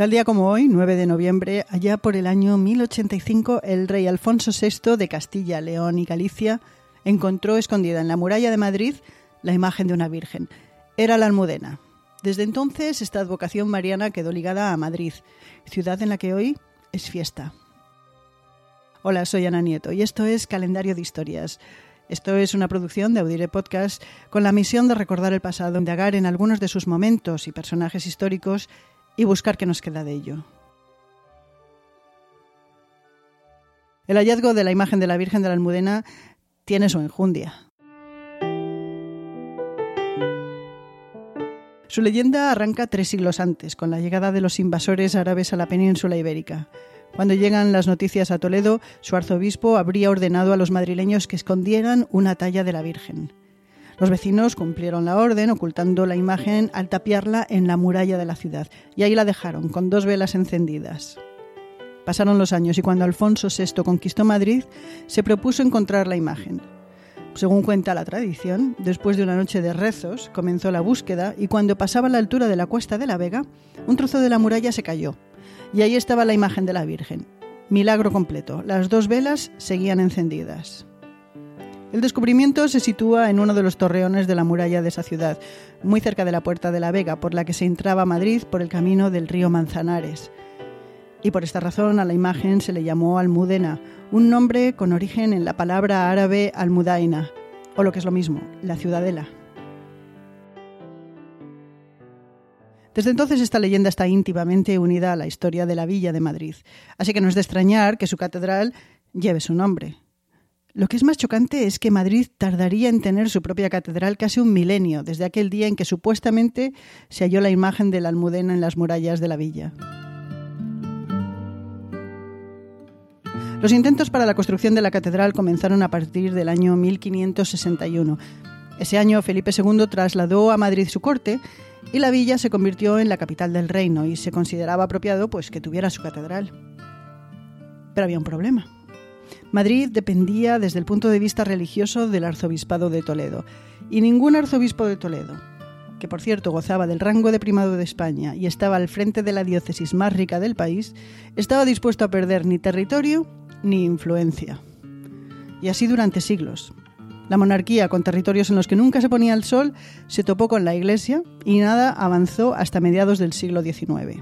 Tal día como hoy, 9 de noviembre, allá por el año 1085, el rey Alfonso VI de Castilla, León y Galicia encontró escondida en la muralla de Madrid la imagen de una virgen. Era la Almudena. Desde entonces, esta advocación mariana quedó ligada a Madrid, ciudad en la que hoy es fiesta. Hola, soy Ana Nieto y esto es Calendario de Historias. Esto es una producción de Audire Podcast con la misión de recordar el pasado, indagar en algunos de sus momentos y personajes históricos y buscar qué nos queda de ello. El hallazgo de la imagen de la Virgen de la Almudena tiene su enjundia. Su leyenda arranca 3 siglos antes, con la llegada de los invasores árabes a la península ibérica. Cuando llegan las noticias a Toledo, su arzobispo habría ordenado a los madrileños que escondieran una talla de la Virgen. Los vecinos cumplieron la orden, ocultando la imagen al tapiarla en la muralla de la ciudad, y ahí la dejaron, con 2 velas encendidas. Pasaron los años y cuando Alfonso VI conquistó Madrid, se propuso encontrar la imagen. Según cuenta la tradición, después de una noche de rezos, comenzó la búsqueda y cuando pasaba a la altura de la Cuesta de la Vega, un trozo de la muralla se cayó, y ahí estaba la imagen de la Virgen. Milagro completo, las 2 velas seguían encendidas. El descubrimiento se sitúa en uno de los torreones de la muralla de esa ciudad, muy cerca de la Puerta de la Vega, por la que se entraba a Madrid por el camino del río Manzanares. Y por esta razón a la imagen se le llamó Almudena, un nombre con origen en la palabra árabe Almudaina, o lo que es lo mismo, la ciudadela. Desde entonces esta leyenda está íntimamente unida a la historia de la villa de Madrid, así que no es de extrañar que su catedral lleve su nombre. Lo que es más chocante es que Madrid tardaría en tener su propia catedral casi un milenio, desde aquel día en que supuestamente se halló la imagen de la Almudena en las murallas de la villa. Los intentos para la construcción de la catedral comenzaron a partir del año 1561. Ese año Felipe II trasladó a Madrid su corte y la villa se convirtió en la capital del reino y se consideraba apropiado que tuviera su catedral. Pero había un problema. Madrid dependía desde el punto de vista religioso del arzobispado de Toledo, y ningún arzobispo de Toledo, que por cierto gozaba del rango de primado de España y estaba al frente de la diócesis más rica del país, estaba dispuesto a perder ni territorio ni influencia. Y así durante siglos. La monarquía, con territorios en los que nunca se ponía el sol, se topó con la Iglesia y nada avanzó hasta mediados del siglo XIX.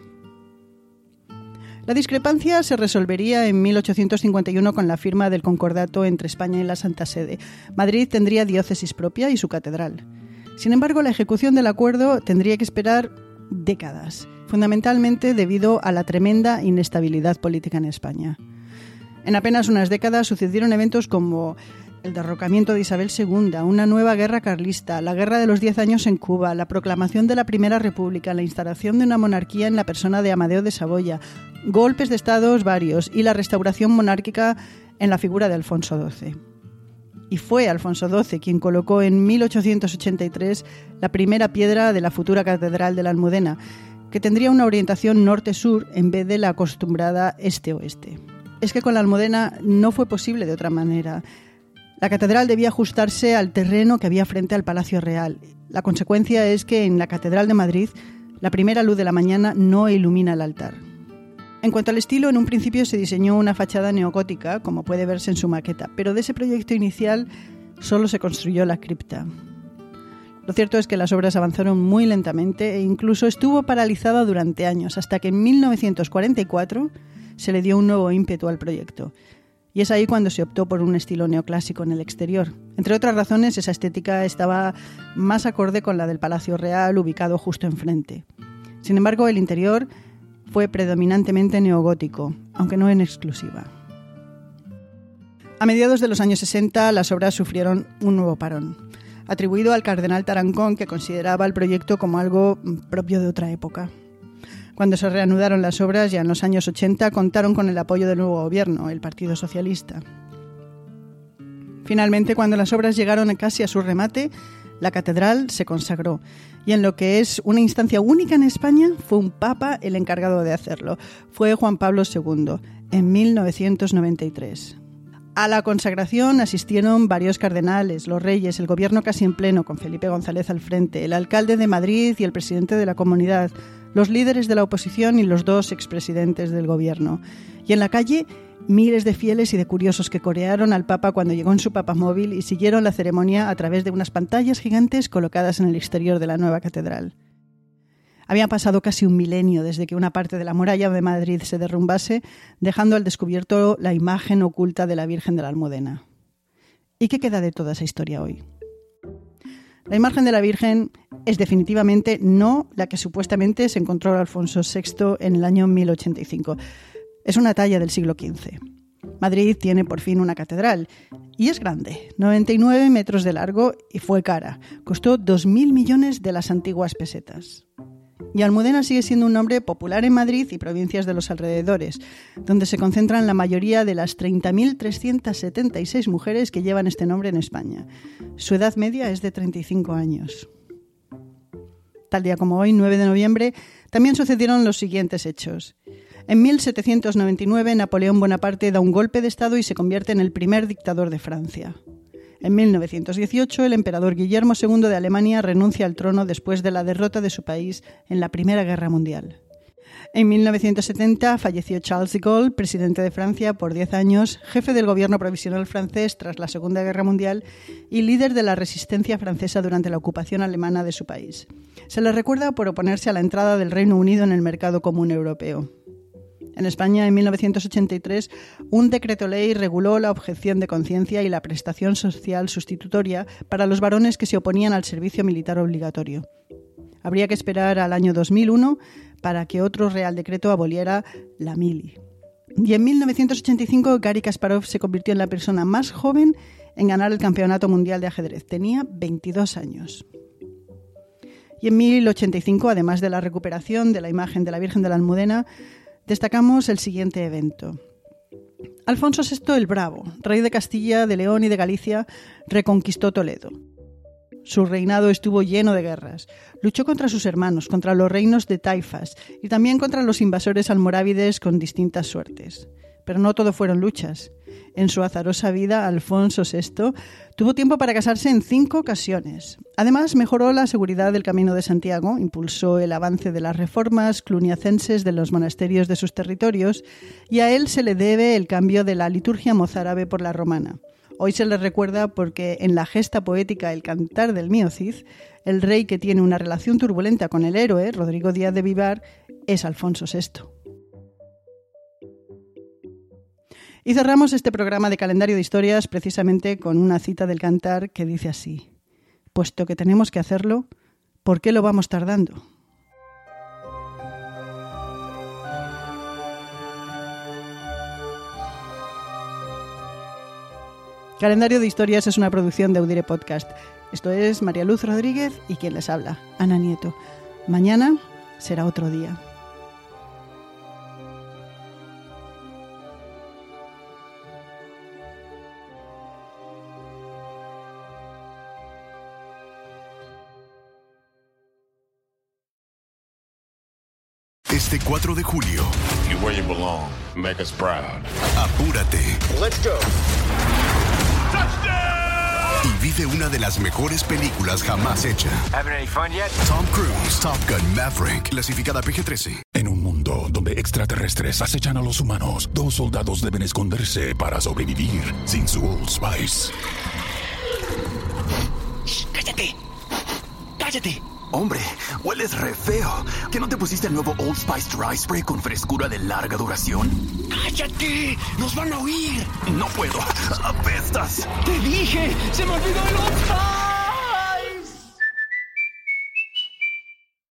La discrepancia se resolvería en 1851 con la firma del concordato entre España y la Santa Sede. Madrid tendría diócesis propia y su catedral. Sin embargo, la ejecución del acuerdo tendría que esperar décadas, fundamentalmente debido a la tremenda inestabilidad política en España. En apenas unas décadas sucedieron eventos como el derrocamiento de Isabel II, una nueva guerra carlista, la Guerra de los 10 años en Cuba, la proclamación de la Primera República, la instalación de una monarquía en la persona de Amadeo de Saboya, golpes de estados varios y la restauración monárquica en la figura de Alfonso XII. Y fue Alfonso XII quien colocó en 1883 la primera piedra de la futura Catedral de la Almudena, que tendría una orientación norte-sur en vez de la acostumbrada este-oeste. Es que con la Almudena no fue posible de otra manera. La catedral debía ajustarse al terreno que había frente al Palacio Real. La consecuencia es que en la Catedral de Madrid la primera luz de la mañana no ilumina el altar. En cuanto al estilo, en un principio se diseñó una fachada neogótica, como puede verse en su maqueta, pero de ese proyecto inicial solo se construyó la cripta. Lo cierto es que las obras avanzaron muy lentamente e incluso estuvo paralizada durante años, hasta que en 1944 se le dio un nuevo ímpetu al proyecto. Y es ahí cuando se optó por un estilo neoclásico en el exterior. Entre otras razones, esa estética estaba más acorde con la del Palacio Real, ubicado justo enfrente. Sin embargo, el interior fue predominantemente neogótico, aunque no en exclusiva. A mediados de los años 60, las obras sufrieron un nuevo parón, atribuido al cardenal Tarancón, que consideraba el proyecto como algo propio de otra época. Cuando se reanudaron las obras, ya en los años 80, contaron con el apoyo del nuevo gobierno, el Partido Socialista. Finalmente, cuando las obras llegaron casi a su remate, la catedral se consagró. Y en lo que es una instancia única en España, fue un papa el encargado de hacerlo. Fue Juan Pablo II, en 1993. A la consagración asistieron varios cardenales, los reyes, el gobierno casi en pleno, con Felipe González al frente, el alcalde de Madrid y el presidente de la comunidad, los líderes de la oposición y los 2 expresidentes del gobierno. Y en la calle, miles de fieles y de curiosos que corearon al Papa cuando llegó en su papamóvil y siguieron la ceremonia a través de unas pantallas gigantes colocadas en el exterior de la nueva catedral. Había pasado casi un milenio desde que una parte de la muralla de Madrid se derrumbase, dejando al descubierto la imagen oculta de la Virgen de la Almudena. ¿Y qué queda de toda esa historia hoy? La imagen de la Virgen es definitivamente no la que supuestamente se encontró Alfonso VI en el año 1085. Es una talla del siglo XV. Madrid tiene por fin una catedral y es grande, 99 metros de largo y fue cara. Costó 2.000 millones de las antiguas pesetas. Y Almudena sigue siendo un nombre popular en Madrid y provincias de los alrededores, donde se concentran la mayoría de las 30.376 mujeres que llevan este nombre en España. Su edad media es de 35 años. Tal día como hoy, 9 de noviembre, también sucedieron los siguientes hechos. En 1799, Napoleón Bonaparte da un golpe de Estado y se convierte en el primer dictador de Francia. En 1918, el emperador Guillermo II de Alemania renuncia al trono después de la derrota de su país en la Primera Guerra Mundial. En 1970 falleció Charles de Gaulle, presidente de Francia por 10 años, jefe del gobierno provisional francés tras la Segunda Guerra Mundial y líder de la resistencia francesa durante la ocupación alemana de su país. Se le recuerda por oponerse a la entrada del Reino Unido en el mercado común europeo. En España, en 1983, un decreto ley reguló la objeción de conciencia y la prestación social sustitutoria para los varones que se oponían al servicio militar obligatorio. Habría que esperar al año 2001 para que otro Real Decreto aboliera la mili. Y en 1985, Garry Kasparov se convirtió en la persona más joven en ganar el Campeonato Mundial de Ajedrez. Tenía 22 años. Y en 1085, además de la recuperación de la imagen de la Virgen de la Almudena, destacamos el siguiente evento. Alfonso VI el Bravo, rey de Castilla, de León y de Galicia, reconquistó Toledo. Su reinado estuvo lleno de guerras. Luchó contra sus hermanos, contra los reinos de taifas y también contra los invasores almorávides con distintas suertes. Pero no todo fueron luchas. En su azarosa vida, Alfonso VI tuvo tiempo para casarse en 5 ocasiones. Además, mejoró la seguridad del Camino de Santiago, impulsó el avance de las reformas cluniacenses de los monasterios de sus territorios y a él se le debe el cambio de la liturgia mozárabe por la romana. Hoy se le recuerda porque en la gesta poética El Cantar del Mío Cid, el rey que tiene una relación turbulenta con el héroe, Rodrigo Díaz de Vivar, es Alfonso VI. Y cerramos este programa de calendario de historias precisamente con una cita del Cantar que dice así: puesto que tenemos que hacerlo, ¿por qué lo vamos tardando? Calendario de Historias es una producción de Audire Podcast. Esto es María Luz Rodríguez y quien les habla, Ana Nieto. Mañana será otro día. Este 4 de julio, You're where you belong. Make us proud. apúrate Let's go. y vive una de las mejores películas jamás hecha. Having any fun yet? Tom Cruise, Top Gun Maverick, clasificada PG-13. En un mundo donde extraterrestres acechan a los humanos, 2 soldados deben esconderse para sobrevivir sin su Old Spice. Shh, ¡cállate! ¡Cállate! Hombre, hueles re feo. ¿Que no te pusiste el nuevo Old Spice Dry Spray con frescura de larga duración? ¡Cállate! ¡Nos van a oír! No puedo. ¡Apestas! ¡Te dije! ¡Se me olvidó el Old Spice!